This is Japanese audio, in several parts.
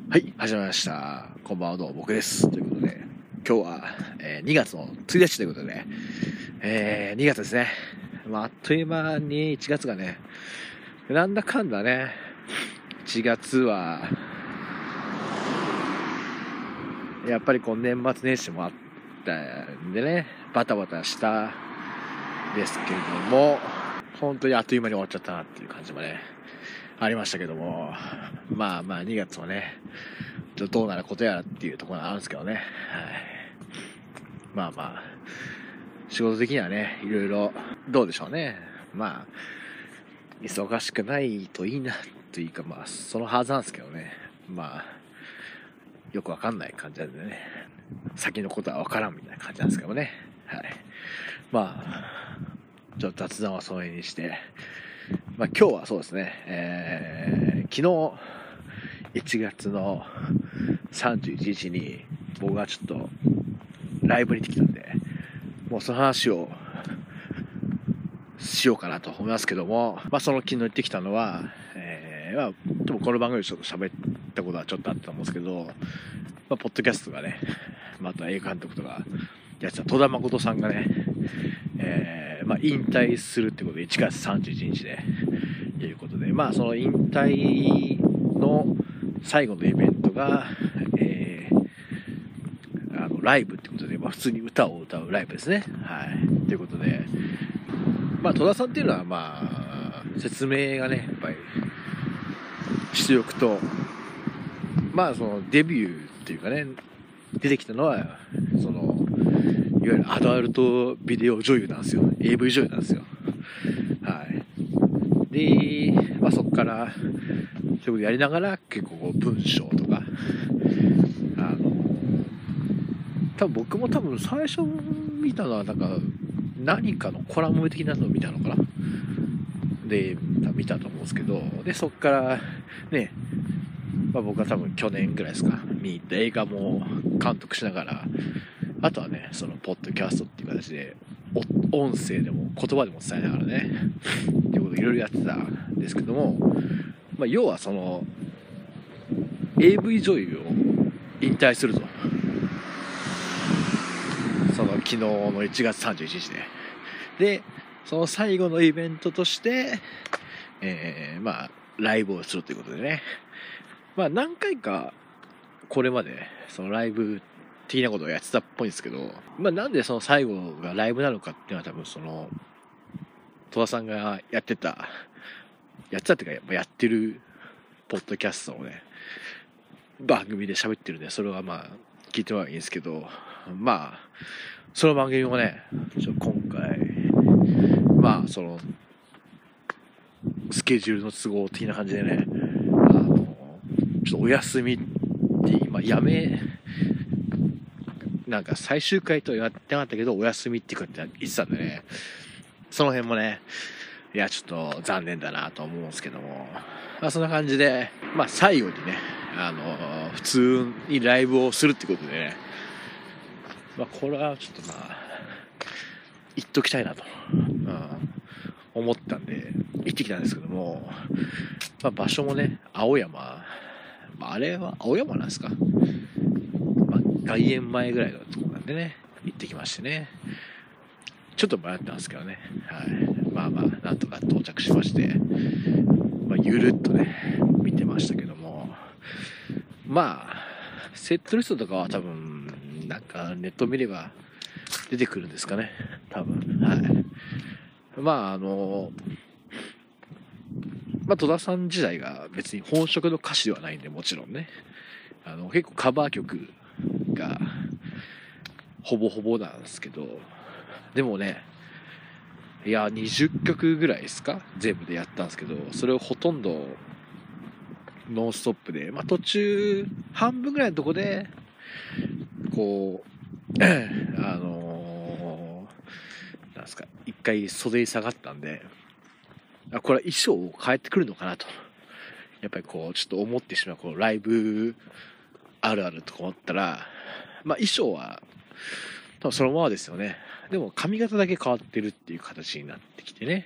はい、始まりました。こんばんは、どうも僕です。ということで、今日は、2月の1日ということで、2月ですね。あっという間に1月がね、なんだかんだね、1月は、やっぱり年末年始もあったんでね、バタバタしたですけれども、本当にあっという間に終わっちゃったなっていう感じもね、ありましたけども、2月もね、どうなることやらっていうところなんですけどね。はい。仕事的にはね、いろいろ、どうでしょうね。忙しくないといいな、というか、そのはずなんですけどね。よくわかんない感じなんでね。先のことはわからんみたいな感じなんですけどね。はい。ちょっと雑談はその辺にして、今日はそうですね、昨日、1月の31日に僕がちょっとライブに行ってきたんで、もうその話をしようかなと思いますけども、その昨日行ってきたのは、でもこの番組でちょっと喋ったことはちょっとあったと思うんですけど、ポッドキャストがね、あとは映画監督とかやってた戸田誠さんがね、引退するってことで1月31日でということで、その引退の最後のイベントが、ライブってことで、普通に歌を歌うライブですね。はい。ということで、戸田さんっていうのは説明がね、やっぱり出力と、そのデビューっていうかね、出てきたのは、その、いわゆるアダルトビデオ女優なんですよ。AV 女優なんですよ。はい。で、そこから、そういうことやりながら、結構文章とか、僕も最初見たのは何かのコラム的なのを見たのかなで見たと思うんですけど、でそっからね、僕は去年ぐらいですか見に行った映画も監督しながら、あとはねそのポッドキャストっていう形で音声でも言葉でも伝えながらねっていうことをいろいろやってたんですけども、要はその AV 女優を引退すると、その昨日の1月31日で、その最後のイベントとして、ライブをするということでね、何回かこれまでそのライブ的なことをやってたっぽいんですけど、なんでその最後がライブなのかっていうのはその戸田さんがやってたっていうかやってるポッドキャストをね番組で喋ってるんで、それは聞いてもらえばいいんですけど、その番組もね今回そのスケジュールの都合的な感じでね、ちょっとお休みってやめ最終回とは言ってなかったけどお休みって言ってたんでね、その辺もねちょっと残念だなと思うんですけども、そんな感じで最後にね普通にライブをするってことでね、これはちょっと言っときたいなと、思ったんで行ってきたんですけども、場所もね青山、あれは青山なんですか、外苑前ぐらいのところなんでね行ってきましてね、ちょっと迷ったんですけどね、はい、なんとか到着しまして、ゆるっとね見てましたけども、セットリストとかは多分ネット見れば出てくるんですかね、多分。はい。戸田さん自体が別に本職の歌手ではないんで、もちろんね結構カバー曲がほぼほぼなんですけど、でもね20曲ぐらいですか全部でやったんですけど、それをほとんどノンストップで、途中半分ぐらいのとこでなんですか一回袖に下がったんで、これは衣装を変えてくるのかなとやっぱりちょっと思ってしまうライブあるあると思ったら、衣装は多分そのままですよね。でも髪型だけ変わってるっていう形になってきてね、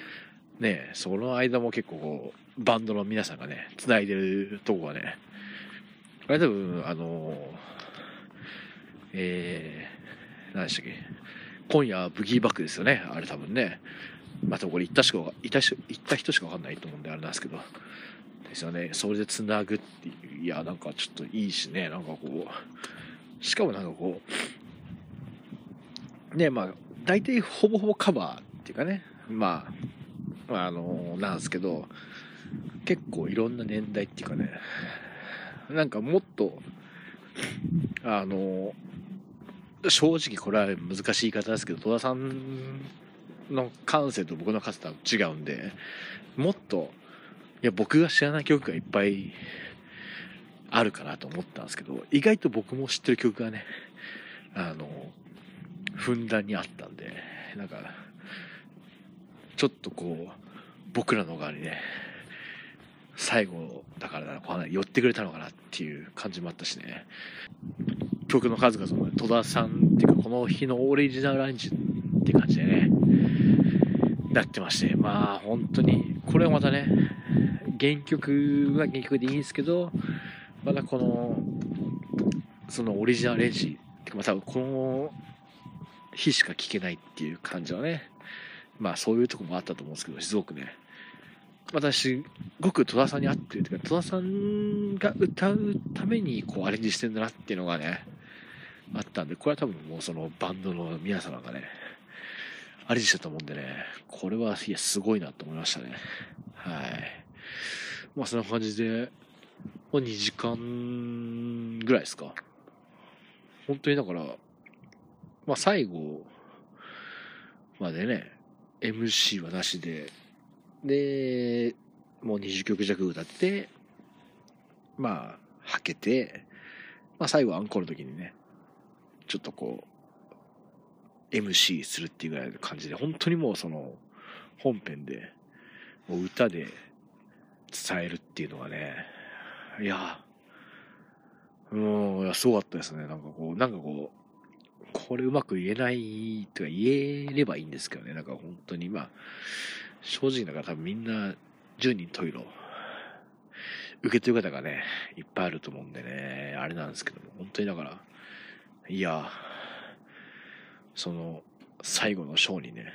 その間も結構バンドの皆さんがね繋いでるとこがねあれ多分何でしたっけ、今夜ブギーバックですよね、あれ多分ね。またこれ行った人しか分かんないと思うんであれなんですけどですよね。それでつなぐっていう、いやなんかちょっといいしね、なんかこうしかもなんかこうね、まあ大体ほぼほぼカバーっていうかね、まあなんですけど、結構いろんな年代っていうかね、なんかもっと正直これは難しい言い方ですけど、戸田さんの感性と僕の感性とは違うんで、もっといや僕が知らない曲がいっぱいあるかなと思ったんですけど、意外と僕も知ってる曲がねふんだんにあったんで、なんかちょっとこう僕らの側にね、最後だからなのかな、寄ってくれたのかなっていう感じもあったしね、曲の数々も戸田さんっていうかこの日のオリジナルアレンジって感じでねなってまして、まあ本当にこれはまたね、原曲は原曲でいいんですけど、またこのそのオリジナルアレンジってか、まあ多分この日しか聴けないっていう感じはね、まあそういうとこもあったと思うんですけど、すごくね、私ごく戸田さんに合ってるというか、戸田さんが歌うためにこうアレンジしてるんだなっていうのがねあったんで、これは多分もうそのバンドの皆様がねアレンジしたと思うんでね、これはいやすごいなと思いましたね。はい。まあそんな感じで、まあ、2時間ぐらいですか。本当にだから、まあ最後までね MC はなしで、もう20曲弱歌って、まあはけて、まあ最後アンコールの時にねちょっとこう MC するっていうぐらいの感じで、本当にもうその本編でもう歌で伝えるっていうのがね、いやいやすごかったですね。なんかこうこれうまく言えないとか言えればいいんですけどね、なんか本当にまあ正直だから多分みんな10人十色受け取り方がねいっぱいあると思うんでね、あれなんですけども、本当にだからいやその最後のショーにね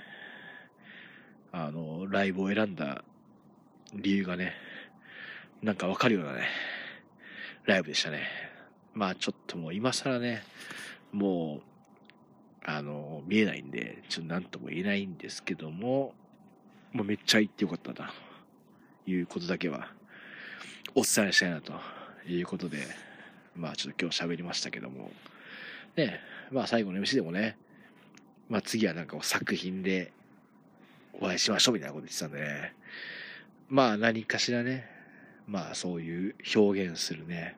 ライブを選んだ理由がねなんかわかるようなねライブでしたね。まあちょっともう今更ねもう見えないんでちょっと何とも言えないんですけども、もうめっちゃ行ってよかったということだけはお伝えしたいなということで、まあちょっと今日喋りましたけどもね、まあ最後の MC でもね、まあ次はなんか作品でお会いしましょうみたいなこと言ってたんでね、まあ何かしらね、まあそういう表現するね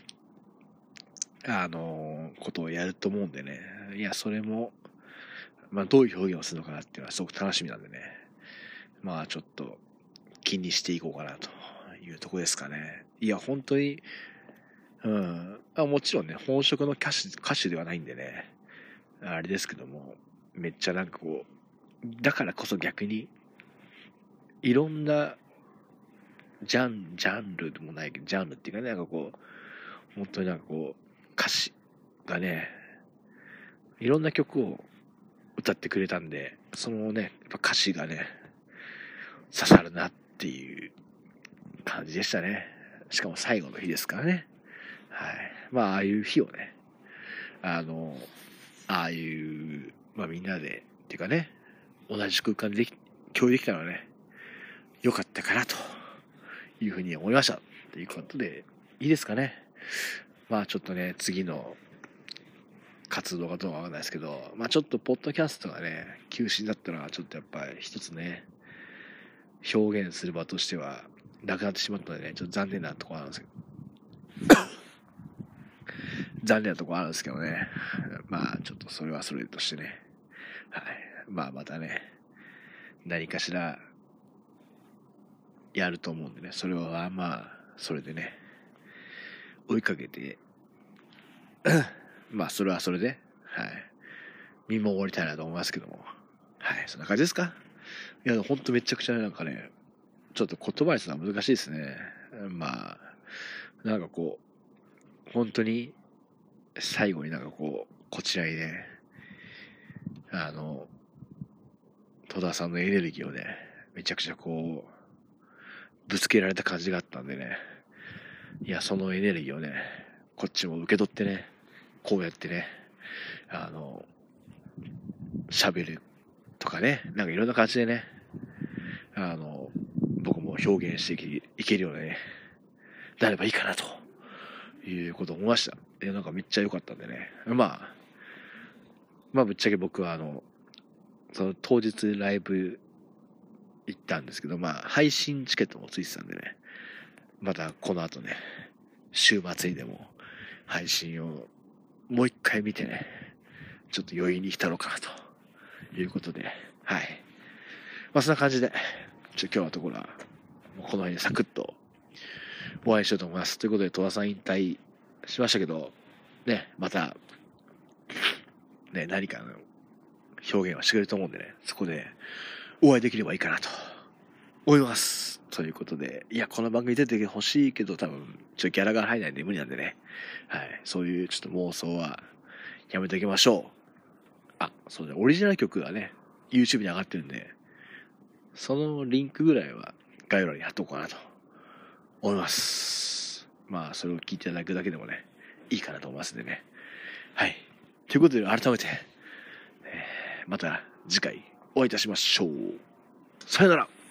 ことをやると思うんでね、いやそれもまあどういう表現をするのかなっていうのはすごく楽しみなんでね、まあちょっと気にしていこうかなというとこですかね。いや本当にもちろんね本職の歌手ではないんでねあれですけども、めっちゃなんかこうだからこそ逆にいろんなジャンルでもないけどジャンルっていうかね、なんかこう本当になんかこう歌詞がねいろんな曲を歌ってくれたんで、そのねやっぱ歌詞がね刺さるなっていう感じでしたね。しかも最後の日ですからね。はい。まあああいう日をねああいう、まあ、みんなでっていうかね同じ空間で共有できたのはね良かったかなというふうに思いましたということでいいですかね。まあちょっとね次の活動がどうかわかんないですけど、まあちょっとポッドキャストがね休止だったのはちょっとやっぱり一つね表現する場としてはなくなってしまったのでね、ちょっと残念なところなんですけど残念なところあるんですけどね、まあちょっとそれはそれとしてね、はい、まあまたね何かしらやると思うんでね、それはまあそれでね追いかけてまあそれはそれで、はい、見守りたいなと思いますけども、はい、そんな感じですか。いやほんとめちゃくちゃなんかねちょっと言葉にするのは難しいですね。まあなんかこう本当に最後になんかこちらにね、戸田さんのエネルギーをね、めちゃくちゃぶつけられた感じがあったんでね、いや、そのエネルギーをね、こっちも受け取ってね、こうやってね、喋るとかね、なんかいろんな感じでね、僕も表現していけるようにね、なればいいかなということを思いました。なんかめっちゃ良かったんでね。まあぶっちゃけ僕はその当日ライブ行ったんですけど、配信チケットもついてたんでね、またこの後ね、週末にでも配信をもう一回見てね、ちょっと余韻に浸ろうかなということで、はい。そんな感じで、今日のところは、もうこの辺でサクッとお会いしようと思います。ということで、戸田さん引退しましたけど、ね、また、ね、何かの表現はしてくれると思うんでね、そこでお会いできればいいかなと思います。ということで、いや、この番組出てほしいけど、多分、ギャラが入らないんで無理なんでね、はい、そういうちょっと妄想はやめておきましょう。そうだ、オリジナル曲がね、YouTube に上がってるんで、そのリンクぐらいは概要欄に貼っとこうかなと思います。それを聞いていただくだけでもね、いいかなと思いますんでね。はい。ということで、改めて、また次回お会いいたしましょう。さよなら。